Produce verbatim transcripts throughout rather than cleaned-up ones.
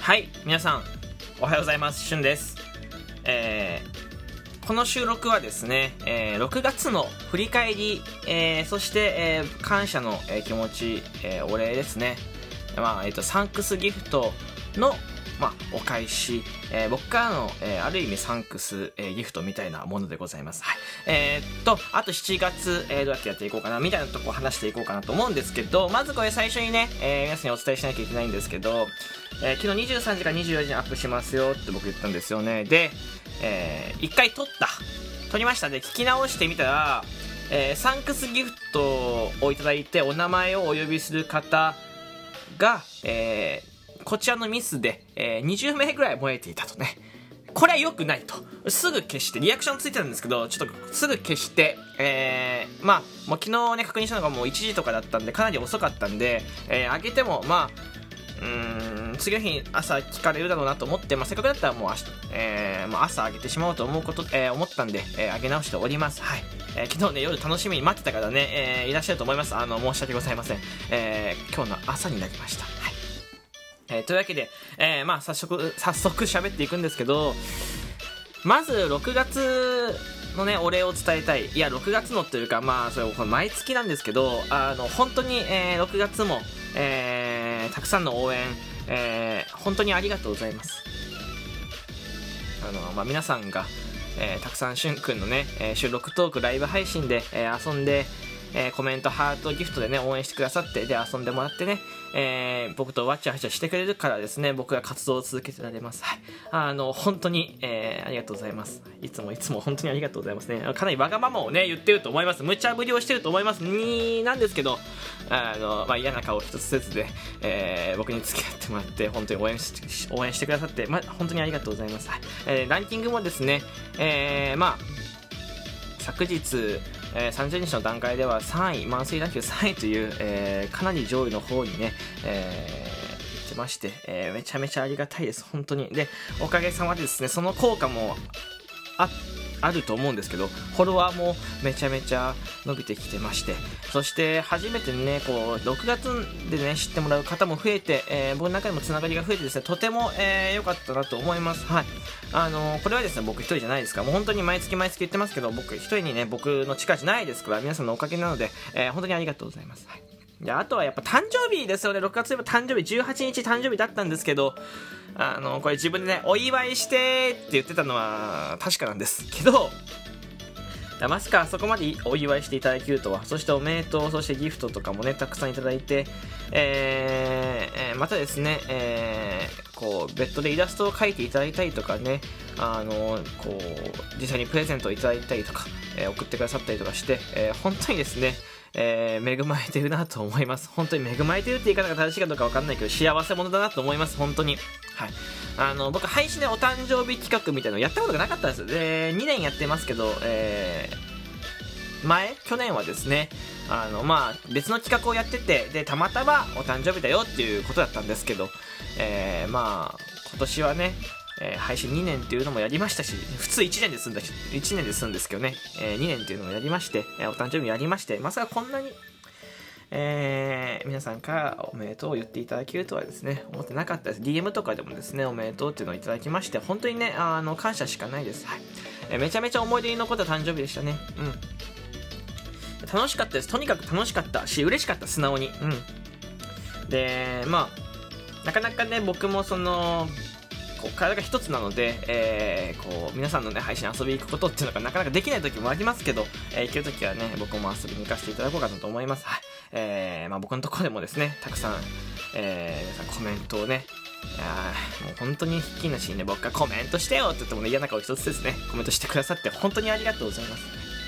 はい、皆さんおはようございます。しゅんです。えー、この収録はですね、えー、ろくがつの振り返り、えー、そして、えー、感謝の、えー、気持ち、えー、お礼ですね。まあえーと、サンクスギフトの、まあ、お返し、えー、僕からの、えー、ある意味サンクス、えー、ギフトみたいなものでございます。はい。えー、っと、あとしちがつ、えー、どうやってやっていこうかなみたいなとこを話していこうかなと思うんですけど、まずこれ最初にね、えー、皆さんにお伝えしなきゃいけないんですけど、えー、昨日にじゅうさんじからにじゅうよじにアップしますよって僕言ったんですよね。で、えー、いっかい撮った。撮りました。で、聞き直してみたら、えー、サンクスギフトをいただいてお名前をお呼びする方が、えー、こちらのミスで、えー、にじゅうめいぐらい燃えていたとね。これは良くないと。すぐ消して、リアクションついてたんですけど、ちょっとすぐ消して、えー、まあ、もう昨日ね、確認したのがもういちじとかだったんで、かなり遅かったんで、えー、開けても、まあ、うーん、次の日朝聞かれるだろうなと思って、まあ、せっかくだったらもう明日、えー、まあ、朝あげてしまおうと思うこと、えー、思ったんで、えー、あげ直しております。はい。えー、昨日ね、夜楽しみに待ってた方ね、えー、いらっしゃると思います。あの、申し訳ございません。えー、今日の朝になりました。はい。えー、というわけで、えー、まあ早速早速喋っていくんですけど、まずろくがつのねお礼を伝えたい。いやろくがつのというか、まあそれこれ毎月なんですけど、あの本当に、えー、ろくがつも、えー、たくさんの応援、えー、本当にありがとうございます。あの、まあ、皆さんが、えー、たくさんしゅんくんのね、えー、収録トークライブ配信で、えー、遊んで、えー、コメントハートギフトでね応援してくださって、で遊んでもらってね、えー、僕とワッチャワチャしてくれるからですね、僕が活動を続けてられます。はい、あの本当に、えー、ありがとうございます。いつもいつも本当にありがとうございますね。かなりわがままをね言ってると思います。無茶ぶりをしてると思いますになんですけど、あの、まあ、嫌な顔一つせずで、えー、僕に付き合ってもらって本当に応援 し, 応援してくださって、まあ、本当にありがとうございます。はい、えー、ランキングもですね、えー、まあ昨日えー、さんじゅうにちの段階ではさんい、マンスリーランキングさんいという、えー、かなり上位の方にね、えー、行ってまして、えー、めちゃめちゃありがたいです。本当に。で、おかげさまでですね、その効果もああると思うんですけど、フォロワーもめちゃめちゃ伸びてきてまして、そして初めてねこうろくがつでね知ってもらう方も増えて、えー、僕の中でもつながりが増えてですね、とても良、えー、かったなと思います。はい。あのー、これはですね僕一人じゃないですから、もう本当に毎月毎月言ってますけど、僕一人にね僕の力じゃないですから、皆さんのおかげなので、えー、本当にありがとうございます。はい。であとはやっぱ誕生日ですよね。ろくがつといえば誕生日、じゅうはちにち誕生日だったんですけど、あのこれ自分でねお祝いしてって言ってたのは確かなんですけど、まさかそこまでお祝いしていただけるとは。そしておめでとう、そしてギフトとかもねたくさんいただいて、えーえー、またですね、えー、こう別途でイラストを描いていただいたりとかね、あのこう実際にプレゼントをいただいたりとか、えー、送ってくださったりとかして、えー、本当にですね、えー、恵まれてるなと思います。本当に恵まれてるって言い方が正しいかどうか分かんないけど、幸せ者だなと思います。本当に。はい。あの僕配信でお誕生日企画みたいなのやったことがなかったんです。でにねんやってますけど、えー、前去年はですね、あのまあ別の企画をやってて、でたまたまお誕生日だよっていうことだったんですけど、えー、まあ今年はね、えー、配信にねんっていうのもやりましたし、普通いちねんで済んだいちねんで済んですけどね、えー、にねんっていうのもやりまして、えー、お誕生日やりまして、まさかこんなにえー、皆さんからおめでとうを言っていただけるとはですね思ってなかったです。 ディーエム とかでもですねおめでとうっていうのをいただきまして、本当にねあの感謝しかないです。はい。えー、めちゃめちゃ思い出に残った誕生日でしたね。うん楽しかったです。とにかく楽しかったし嬉しかった、素直に。うんでまあなかなかね僕もそのこう体が一つなので、えー、こう皆さんの、ね、配信遊びに行くことっていうのがなかなかできない時もありますけど、えー、行ける時はね僕も遊びに行かせていただこうかなと思います。はい。えーまあ、僕のところでもですねたくさん、えー、皆さんコメントをね、いやもう本当にひっきりなしにね僕がコメントしてよって言ってもね嫌な顔一つですねコメントしてくださって本当にありがとうございます。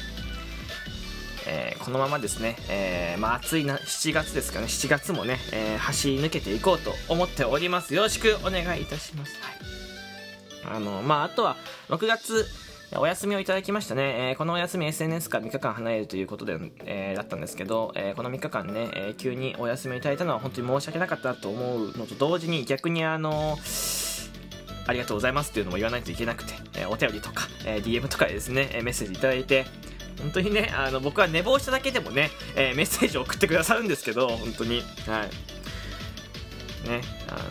えー、このままですね、えーまあ、暑いなしちがつですかね、しちがつもね、えー、走り抜けていこうと思っております。よろしくお願いいたします。はい。あのまああとはろくがつお休みをいただきましたね。えー、このお休み エスエヌエス からみっかかん離れるということで、えー、だったんですけど、えー、このみっかかんね、えー、急にお休みをいただいたのは本当に申し訳なかったと思うのと同時に、逆にあのありがとうございますっていうのも言わないといけなくて、えー、お便りとか、えー、ディーエム とかでですねメッセージいただいて、本当にねあの僕は寝坊しただけでもね、えー、メッセージを送ってくださるんですけど、本当にはいね、あの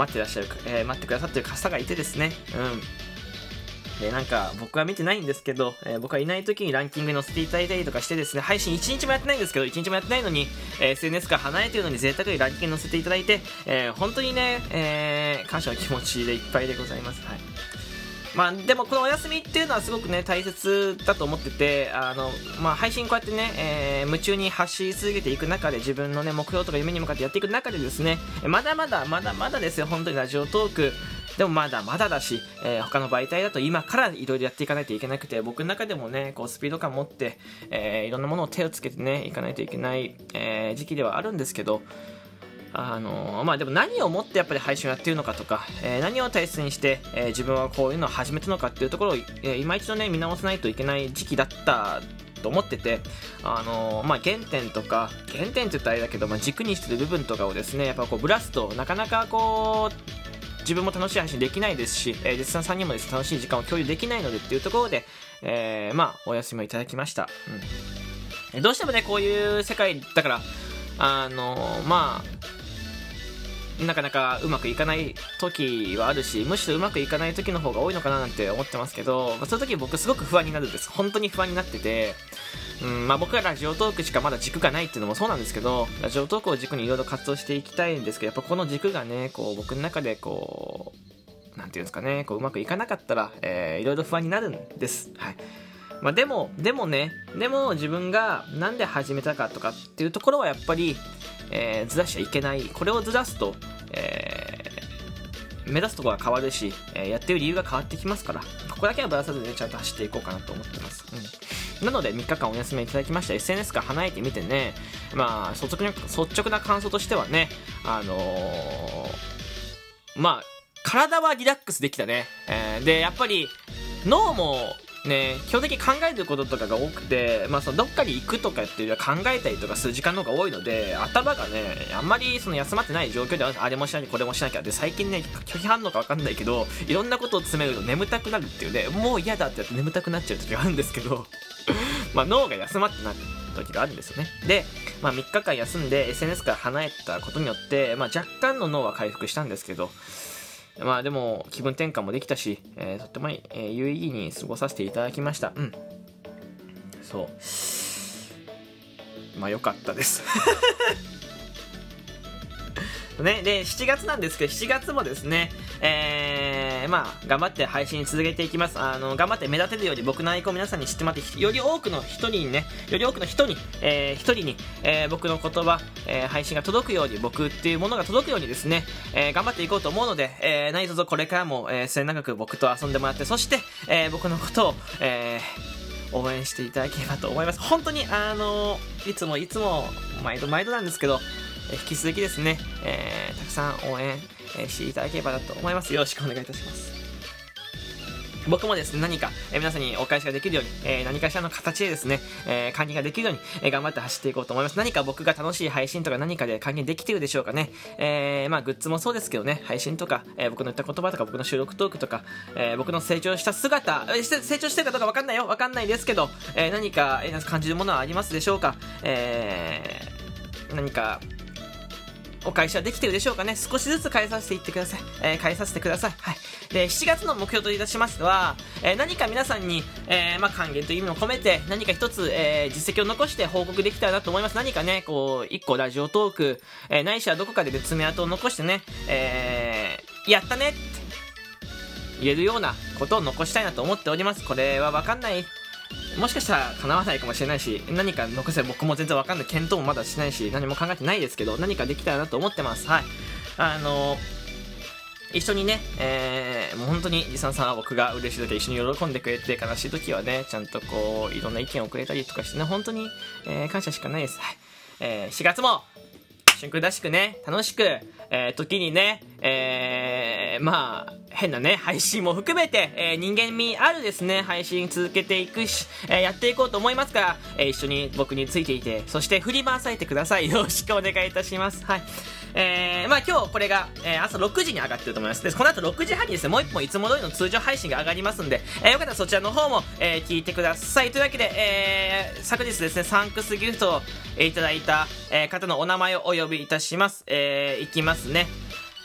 待ってらっしゃる、えー、待ってくださってる方がいてですね、うんでなんか僕は見てないんですけど、えー、僕はいない時にランキングに載せていただいたりとかしてですね、配信いちにちもやってないんですけど、いちにちもやってないのに、えー、エスエヌエス から離れているのに贅沢にランキングに載せていただいて、えー、本当にね、えー、感謝の気持ちでいっぱいでございます。はい。まあ、でもこのお休みっていうのはすごくね大切だと思ってて、あの、まあ、配信こうやってね、えー、夢中に発し続けていく中で、自分のね目標とか夢に向かってやっていく中でですね、まだまだまだまだですよ、本当にラジオトークでもまだまだだし、えー、他の媒体だと今からいろいろやっていかないといけなくて、僕の中でもねこうスピード感持って、えー、いろんなものを手をつけてねいかないといけない、えー、時期ではあるんですけど、あのー、まあでも何をもってやっぱり配信をやっているのかとか、えー、何を大切にして、えー、自分はこういうのを始めたのかっていうところを、えー、今一度ね見直さないといけない時期だったと思ってて、あのー、まあ原点とか原点って言ったらあれだけど、まあ、軸にしてる部分とかをですねやっぱこうブラすとなかなかこう自分も楽しい配信できないですし、えー、実際さんにもです、ね、楽しい時間を共有できないのでっていうところで、えー、まあお休みをいただきました、うん、どうしてもねこういう世界だからあのー、まあなかなかうまくいかない時はあるし、むしろうまくいかない時の方が多いのかななんて思ってますけど、まあ、そういう時僕すごく不安になるんです。本当に不安になってて、うんまあ、僕はラジオトークしかまだ軸がないっていうのもそうなんですけど、ラジオトークを軸にいろいろ活動していきたいんですけど、やっぱこの軸がねこう僕の中でこうなんていうんですかねこううまくいかなかったら、えー、いろいろ不安になるんです。はい。まあ、でもでもねでも自分がなんで始めたかとかっていうところはやっぱり、えー、ずらしちゃいけない。これをずらすと、えー、目指すところが変わるし、えー、やってる理由が変わってきますから、ここだけはぶらさずにねちゃんと走っていこうかなと思ってます。うん、なのでみっかかんお休みいただきました。 エスエヌエス から離れてみてね、まあ率直な率直な感想としてはね、あのー、まあ体はリラックスできたね、えー、でやっぱり脳もね、基本的に考えてることとかが多くて、まあ、そのどっかに行くとかっていうよりは考えたりとかする時間の方が多いので、頭がねあんまりその休まってない状況ではあれもしなきゃこれもしなきゃで、最近ね拒否反応か分かんないけどいろんなことを詰めると眠たくなるっていうね、もう嫌だってやって眠たくなっちゃう時があるんですけどまあ脳が休まってない時があるんですよね。で、まあ、みっかかん休んで エスエヌエス から離れたことによって、まあ、若干の脳は回復したんですけど、まあでも気分転換もできたし、えー、とっても、えー、有意義に過ごさせていただきました。うんそうまあ良かったですね、でしちがつなんですけど、しちがつもですね、えー、まあ頑張って配信続けていきます。あの頑張って目立てるように僕のアイコンを皆さんに知ってもらって、より多くの人にねより多くの人に、えー、一人に、えー、僕の言葉、えー、配信が届くように、僕っていうものが届くようにですね、えー、頑張っていこうと思うので、えー、何卒これからも、えー、末永く僕と遊んでもらって、そして、えー、僕のことを、えー、応援していただければと思います。本当にあのいつもいつも毎度毎度なんですけど、引き続きですね、えー、たくさん応援、えー、していただければなと思います。よろしくお願いいたします。僕もですね何か、えー、皆さんにお返しができるように、えー、何かしらの形でですね、えー、還元ができるように、えー、頑張って走っていこうと思います。何か僕が楽しい配信とか何かで還元できてるでしょうかね。えー、まあグッズもそうですけどね、配信とか、えー、僕の言った言葉とか僕の収録トークとか、えー、僕の成長した姿、えー、成長してるかどうか分かんないよ分かんないですけど、えー、何か、えー、感じるものはありますでしょうか。えー、何かお返しはできてるでしょうかね。少しずつ返させていってください。えー、返させてください。はい。で、しちがつの目標といたしましては、えー、何か皆さんに、えー、まあ、還元という意味を込めて、何か一つ、えー、実績を残して報告できたらなと思います。何かね、こう、一個ラジオトーク、えー、ないしはどこかで別名跡を残してね、えー、やったねって言えるようなことを残したいなと思っております。これはわかんない。もしかしたら叶わないかもしれないし、何か残せば僕も全然わかんない、検討もまだしないし何も考えてないですけど、何かできたらなと思ってます。はい。あのー、一緒にね、えー、もう本当にリサンさんは僕が嬉しい時は一緒に喜んでくれて、悲しい時はねちゃんとこういろんな意見をくれたりとかしてね、本当に、えー、感謝しかないです。はい。えー、しがつもしゅんくんらしくね楽しく、えー、時にね、えー、まあ変なね配信も含めて、えー、人間味あるですね配信続けていくし、えー、やっていこうと思いますから、えー、一緒に僕についていて、そして振り回されてください。よろしくお願いいたします。はい。えー、まあ今日これが、えー、朝ろくじに上がってると思います。でこの後ろくじはんにですねもう一本いつも通りの通常配信が上がりますんで、えー、よかったらそちらの方も、えー、聞いてください。というわけで、えー、昨日ですねサンクスギフトを、えー、いただいた、えー、方のお名前をお呼びいたします。えー、いきますね。はい。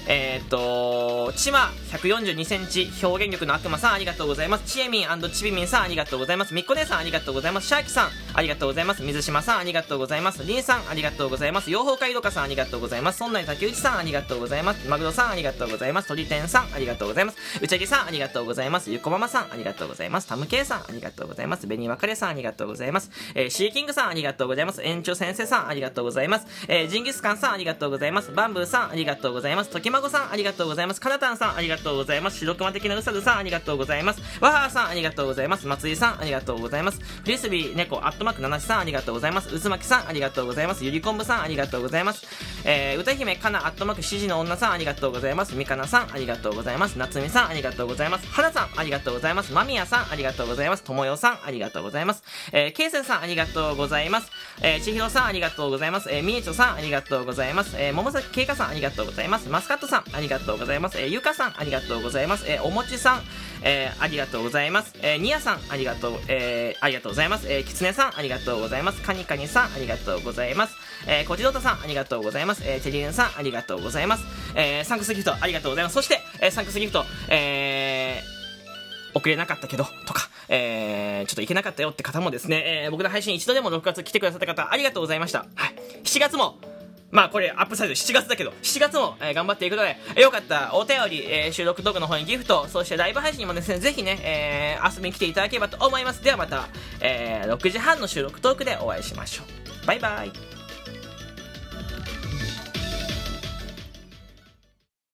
えー、っとちまひゃくよんじゅうにセンチ表現力の悪魔さんありがとうございます。ちえみん&ちびみんさんありがとうございます。みっこ姉さんありがとうございます。シャーキさんありがとうございます。水島さんありがとうございます。りんさんありがとうございます。養蜂会どかさんありがとうございます。そんなに竹内さんありがとうございます。マグロさんありがとうございます。鳥天さんありがとうございます。うちゃぎさんありがとうございます。ゆこママさんありがとうございます。タムケイさんありがとうございます。ベニワカレさんありがとうございます。えー、シーキングさんありがとうございます。園長先生さんありがとうございます。えー、ジンギスカンさんありがとうございます。バンブーさんありがとうございます。ときまごさんありがとうございます。かなたんさんありがとうございます。白熊的なうさぐさんありがとうございます。わはーさんありがとうございます。松井さんありがとうございます。フリスビー猫アットマークななしさんありがとうございます。うずまきさんありがとうございます。ゆりこんぶさんありがとうございます。えー、歌姫かなアットマークしちじの女さんありがとうございます。みかなさんありがとうございます。なつみさんありがとうございます。はなさんありがとうございます。まみやさんありがとうございます。ともよさんありがとうございます。えー、けいせんさんありがとうございます。えー、ちひろさんありがとうございます。えー、みえちょさんありがとうございます。えー、ももさきけいかさんありがとうございます。マスカットさんありがとうございます。えー、ゆかさんありがとうございます。えー、おもちさん、えー、ありがとうございます。えー、にやさんありがとう、えー、ありがとうございます。えー、きつねさんありがとうございます。かにかにさんありがとうございます。えー、こじどたさんありがとうございます。えー、てりゅんさんありがとうございます。えー、サンクスギフトありがとうございます。そして、えー、サンクスギフト、えー、送れなかったけどとか、えー、ちょっと行けなかったよって方もですね、えー、僕の配信一度でもろくがつ来てくださった方ありがとうございました。はい、しちがつもまあこれアップサイズしちがつだけどしちがつも、えー、頑張っていくので、えー、よかったお便り、えー、収録動画の方にギフト、そしてライブ配信にもですねぜひね、えー、遊びに来ていただければと思います。ではまた、えー、ろくじはんの収録トークでお会いしましょう。バイバイ。